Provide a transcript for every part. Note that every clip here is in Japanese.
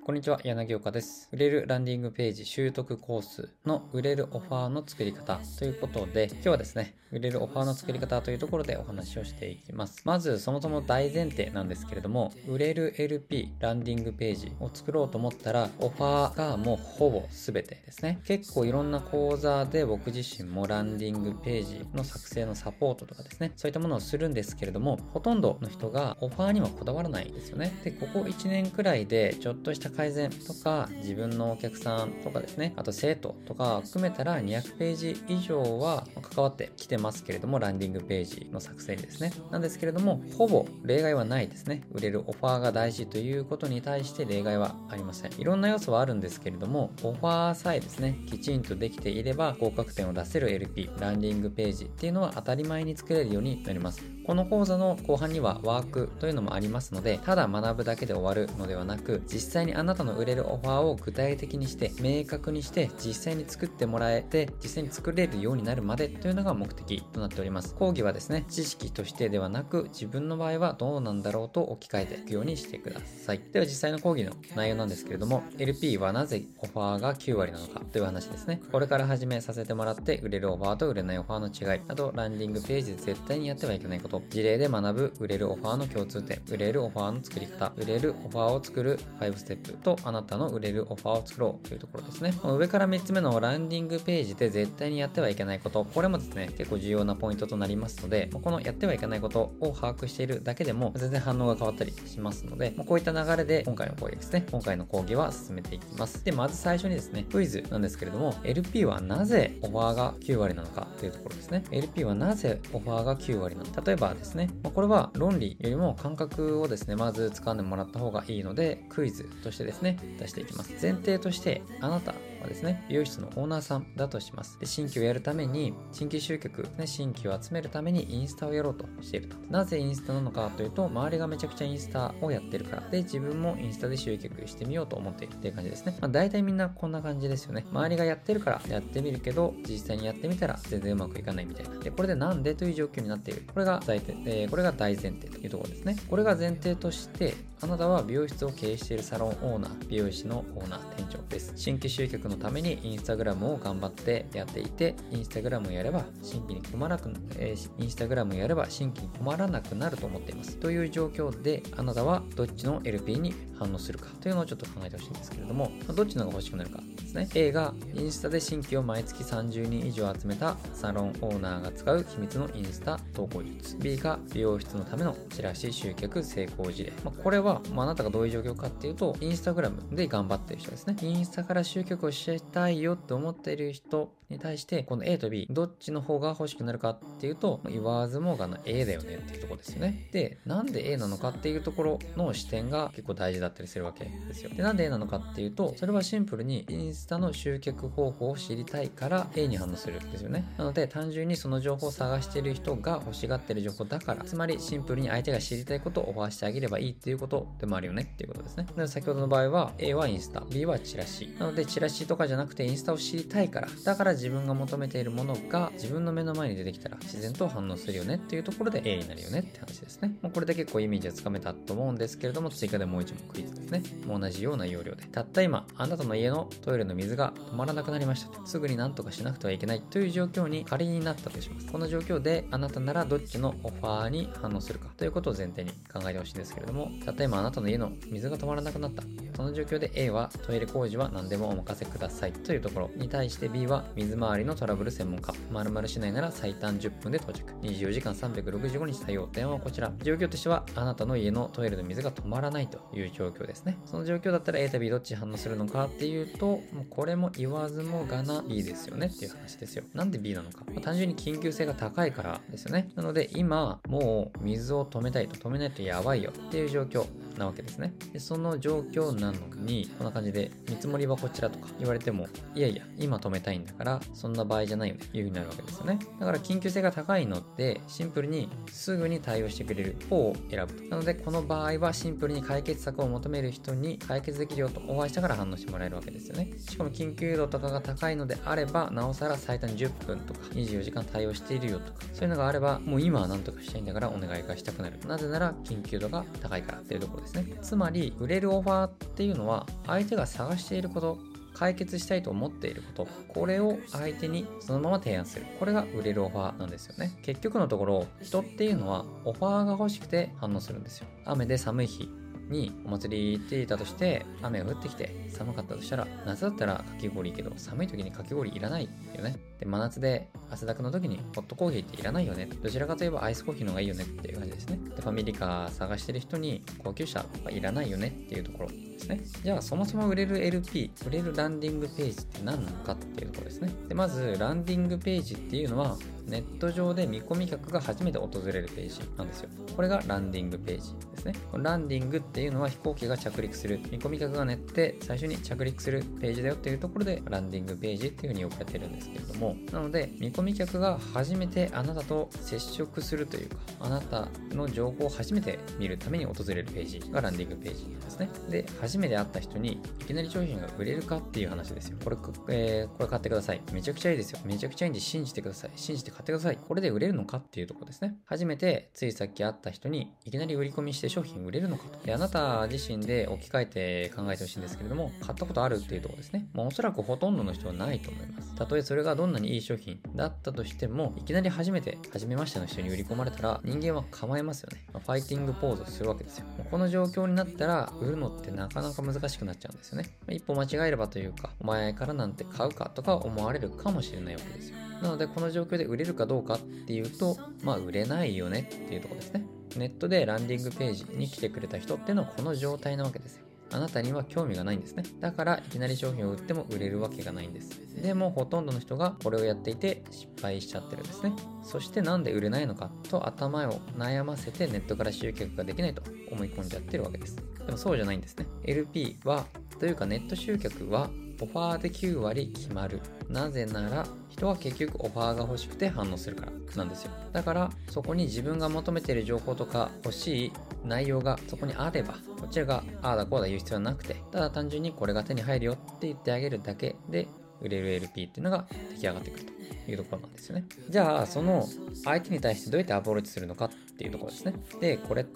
こんにちは、柳岡です。売れるランディングページ習得コースの売れるオファーの作り方ということで、今日はですね、売れるオファーの作り方というところでお話をしていきます。まず、そもそも大前提なんですけれども、売れる LP、ランディングページを作ろうと思ったら、オファーがもうほぼ全てですね。結構いろんな講座で僕自身もランディングページの作成のサポートとかですね、そういったものをするんですけれども、ほとんどの人がオファーにはこだわらないんですよね。で、ここ1年くらいでちょっとした改善とか自分のお客さんとかですね、あと生徒とか含めたら200ページ以上は関わってきてますけれども、ランディングページの作成にですね、なんですけれども、ほぼ例外はないですね。売れるオファーが大事ということに対して例外はありません。いろんな要素はあるんですけれども、オファーさえですね、きちんとできていれば合格点を出せる LP、ランディングページっていうのは当たり前に作れるようになります。この講座の後半にはワークというのもありますので、ただ学ぶだけで終わるのではなく、実際にあなたの売れるオファーを具体的にして明確にして実際に作ってもらえて、実際に作れるようになるまでというのが目的となっております。講義はですね、知識としてではなく、自分の場合はどうなんだろうと置き換えていくようにしてください。では実際の講義の内容なんですけれども、 LP はなぜオファーが9割なのかという話ですね。これから始めさせてもらって、売れるオファーと売れないオファーの違い、あとランディングページで絶対にやってはいけないこと、事例で学ぶ売れるオファーの共通点、売れるオファーの作り方、売れるオファーを作る5ステップと、あなたの売れるオファーを作ろうというところですね。上から3つ目のランディングページで絶対にやってはいけないこと、これもですね、結構重要なポイントとなりますので、このやってはいけないことを把握しているだけでも全然反応が変わったりしますので、こういった流れで今回の講義ですね、今回の講義は進めていきます。で、まず最初にですね、クイズなんですけれども、 LP はなぜオファーが9割なのかというところですね。 LP はなぜオファーが9割なのか。例えばですね、これは論理よりも感覚をですね、まず掴んでもらった方がいいので、クイズとしてですね、出していきます。前提として、あなたはですね、美容室のオーナーさんだとします。で、新規をやるために、新規集客、新規を集めるためにインスタをやろうとしていると。なぜインスタなのかというと、周りがめちゃくちゃインスタをやってるから。で、自分もインスタで集客してみようと思っているっていう感じですね。大体みんなこんな感じですよね。周りがやってるからやってみるけど、実際にやってみたら全然うまくいかないみたいな。で、これでなんでという状況になっている。これが大前提というところですね。これが前提として、あなたは美容室を経営しているサロンオーナー、美容師のオーナー、店長です。新規集客のためにインスタグラムを頑張ってやっていて、インスタグラムをやれば新規に困らなくなると思っています。という状況で、あなたはどっちの LP に反応するかというのをちょっと考えてほしいんですけれども、どっちのが欲しくなるかですね。A がインスタで新規を毎月30人以上集めたサロンオーナーが使う秘密のインスタ投稿術。B が美容室のためのチラシ集客成功事例。これはあなたがどういう状況かっていうと、インスタグラムで頑張ってる人ですね。インスタから集客をしたいよって思っている人に対して、この A と B どっちの方が欲しくなるかっていうと、言わずもがな A だよねっていうところですよね。で、なんで A なのかっていうところの視点が結構大事だったりするわけですよ。で、なんで A なのかっていうと、それはシンプルにインスタの集客方法を知りたいから A に反応するんですよね。なので、単純にその情報を探している人が欲しがっている情報だから、つまりシンプルに相手が知りたいことをオファーしてあげればいいっていうことでもあるよねっていうことですね。なので、先ほどの場合は A はインスタ、B はチラシ。なので、チラシとかじゃなくてインスタを知りたいから、だから自分が求めているものが自分の目の前に出てきたら自然と反応するよねっていうところで A になるよねって話ですね。これで結構イメージはつかめたと思うんですけれども、追加でもう一問クイズですね。同じような要領で、たった今あなたの家のトイレの水が止まらなくなりましたと、すぐに何とかしなくてはいけないという状況に仮になったとします。この状況であなたならどっちのオファーに反応するかということを前提に考えてほしいんですけれども、たった今あなたの家の水が止まらなくなった、その状況で A はトイレ工事は何でもお任せくださいというところに対して、 B は水回りのトラブル専門家、〇〇しないなら最短10分で到着、24時間365日対応、電話はこちら。状況としてはあなたの家のトイレの水が止まらないという状況ですね。その状況だったら A と B どっち反応するのかっていうと、もうこれも言わずもがな B ですよねっていう話ですよ。なんで B なのか、単純に緊急性が高いからですよね。なので今もう水を止めたいと、止めないとやばいよっていう状況なわけですね。で、その状況なのにこんな感じで見積もりはこちらとか言われても、いやいや今止めたいんだからそんな場合じゃないよねいう風になるわけですよね。だから緊急性が高いのってシンプルにすぐに対応してくれる方を選ぶと。なのでこの場合はシンプルに解決策を求める人に解決できるよとお会いしたから反応してもらえるわけですよね。しかも緊急度とかが高いのであれば、なおさら最短10分とか24時間対応しているよとか、そういうのがあればもう今は何とかしたいんだからお願いがしたくなる。なぜなら緊急度が高いからっていうところですですね。つまり売れるオファーっていうのは相手が探していること、解決したいと思っていること、これを相手にそのまま提案する。これが売れるオファーなんですよね。結局のところ、人っていうのはオファーが欲しくて反応するんですよ。雨で寒い日にお祭り行っていたとして、雨が降ってきて寒かったとしたら、夏だったらかき氷いいけど寒い時にかき氷いらないよね。で、真夏で汗だくの時にホットコーヒーっていらないよね。どちらかといえばアイスコーヒーの方がいいよねっていう感じですね。で、ファミリーカー探してる人に高級車はいらないよねっていうところですね。じゃあそもそも売れる LP、売れるランディングページって何なのかっていうところですね。で、まずランディングページっていうのはネット上で見込み客が初めて訪れるページなんですよ。これがランディングページですね。このランディングっていうのは飛行機が着陸する、見込み客が寝て最初に着陸するページだよっていうところでランディングページっていう風に呼ばれてるんですけれども、なので見込み客が初めてあなたと接触するというか、あなたの情報を初めて見るために訪れるページがランディングページですね。で、初めて会った人にいきなり商品が売れるかっていう話ですよ。これ買ってください。めちゃくちゃいいですよ。めちゃくちゃいいんで信じてください。信じて買ってください。これで売れるのかっていうところですね。初めてついさっき会った人にいきなり売り込みして商品売れるのかと。で、あなた自身で置き換えて考えてほしいんですけれども、買ったことあるっていうところですね。おそらくほとんどの人はないと思います。たとえそれがどんなにいい商品だったとしても、いきなり初めましての人に売り込まれたら人間は構えますよね。ファイティングポーズをするわけですよ。この状況になったら売るのってなかなか難しくなっちゃうんですよね。一歩間違えればというか、お前からなんて買うかとか思われるかもしれないわけですよ。なのでこの状況で売れるかどうかっていうと、売れないよねっていうところですね。ネットでランディングページに来てくれた人っていうのはこの状態なわけですよ。あなたには興味がないんですね。だからいきなり商品を売っても売れるわけがないんです。でもほとんどの人がこれをやっていて失敗しちゃってるんですね。そしてなんで売れないのかと頭を悩ませてネットから集客ができないと思い込んじゃってるわけです。でもそうじゃないんですね。LP はというかネット集客はオファーで9割決まる。なぜなら人は結局オファーが欲しくて反応するからなんですよ。だからそこに自分が求めている情報とか欲しい内容がそこにあれば、こちらがああだこうだ言う必要はなくて、ただ単純にこれが手に入るよって言ってあげるだけで売れる LP っていうのが出来上がってくるというところなんですよね。じゃあその相手に対してどうやってアプローチするのかっていうところですね。で、これって、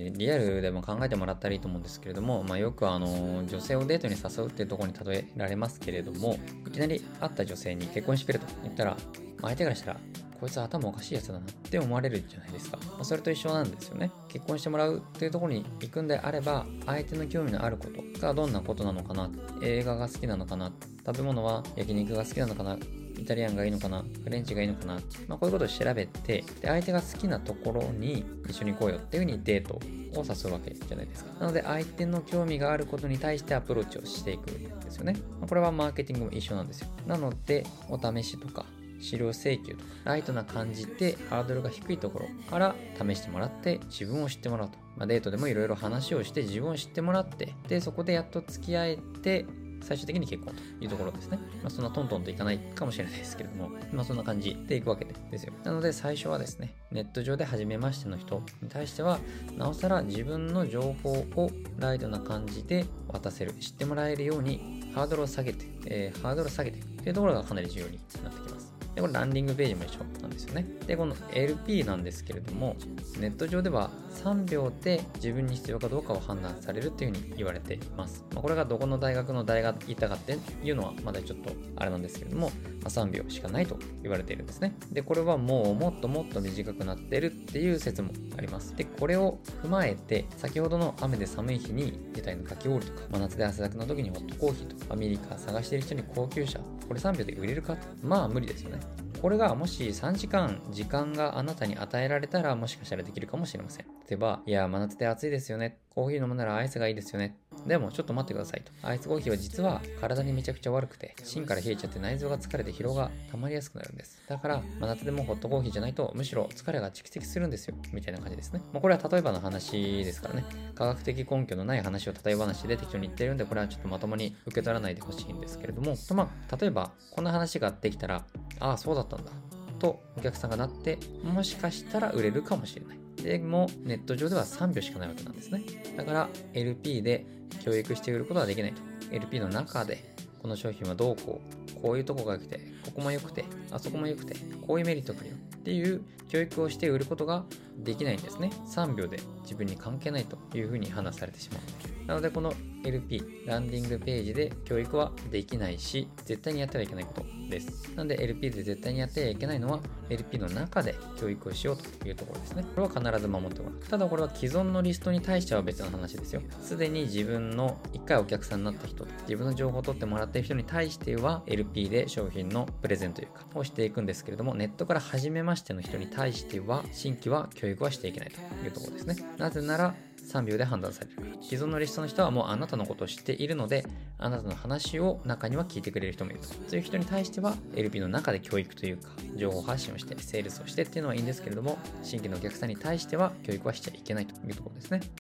リアルでも考えてもらったらいいと思うんですけれども、よく女性をデートに誘うっていうところに例えられますけれども、いきなり会った女性に結婚してくれと言ったら、相手からしたらこいつ頭おかしいやつだなって思われるじゃないですか。それと一緒なんですよね。結婚してもらうっていうところに行くんであれば、相手の興味のあることがどんなことなのかな、映画が好きなのかな、食べ物は焼肉が好きなのかな、イタリアンがいいのかな、フレンチがいいのかな、こういうことを調べて、で、相手が好きなところに一緒に行こうよっていうふうにデートを誘うわけじゃないですか。なので、相手の興味があることに対してアプローチをしていくんですよね。これはマーケティングも一緒なんですよ。なので、お試しとか、資料請求とかライトな感じでハードルが低いところから試してもらって自分を知ってもらうと、デートでもいろいろ話をして自分を知ってもらって、でそこでやっと付き合えて最終的に結婚というところですね。そんなトントンといかないかもしれないですけれども、そんな感じでいくわけですよ。なので最初はですね、ネット上で初めましての人に対してはなおさら自分の情報をライトな感じで渡せる、知ってもらえるようにハードルを下げて、というところがかなり重要になってきます。で、これランディングページも一緒なんですよね。で、この LP なんですけれども、ネット上では3秒で自分に必要かどうかを判断されるっていうふうに言われています。これがどこの大学の誰が言ったかっていうのはまだちょっとあれなんですけれども、3秒しかないと言われているんですね。で、これはもうもっともっと短くなってるっていう説もあります。で、これを踏まえて、先ほどの雨で寒い日に出たいのかき氷とか、真夏で汗だくの時にホットコーヒーとか、ファミリーカー探している人に高級車、これ3秒で売れるか？無理ですよね。これがもし3時間時間があなたに与えられたらもしかしたらできるかもしれません。例えば、いや、真夏で暑いですよね。コーヒー飲むならアイスがいいですよね。でもちょっと待ってくださいと。アイスコーヒーは実は体にめちゃくちゃ悪くて、芯から冷えちゃって内臓が疲れて疲労が溜まりやすくなるんです。だから、真夏でもホットコーヒーじゃないとむしろ疲れが蓄積するんですよ。みたいな感じですね。これは例えばの話ですからね。科学的根拠のない話を例え話で適当に言ってるんで、これはちょっとまともに受け取らないでほしいんですけれども、例えばこんな話ができたら、ああ、そうだったんだ。とお客さんがなって、もしかしたら売れるかもしれない。でもネット上では3秒しかないわけなんですね。だから LP で教育して売ることはできないと。LP の中でこの商品はどうこういうとこが良くて、ここも良くて、あそこも良くて、こういうメリットがあるよっっていう教育をして売ることができないんですね。3秒で自分に関係ないというふうに判断されてしまう。なのでこの LP、ランディングページで教育はできないし、絶対にやってはいけないことです。なので LP で絶対にやってはいけないのは LP の中で教育をしようというところですね。これは必ず守っておく。ただこれは既存のリストに対しては別の話ですよ。すでに自分の1回お客さんになった人、自分の情報を取ってもらっている人に対しては LP で商品のプレゼントというかをしていくんですけれども、ネットから初めましての人に対しては新規は教育はしていけないというところですね。なぜなら3秒で判断されるから。既存のリストの人はもうあなたのことを知っているので、あなたの話を中には聞いてくれる人もいると。そういう人に対しては LP の中で教育というか情報発信をしてセールスをしてっていうのはいいんですけれども、新規のお客さんに対しては教育はしちゃいけないというところですね。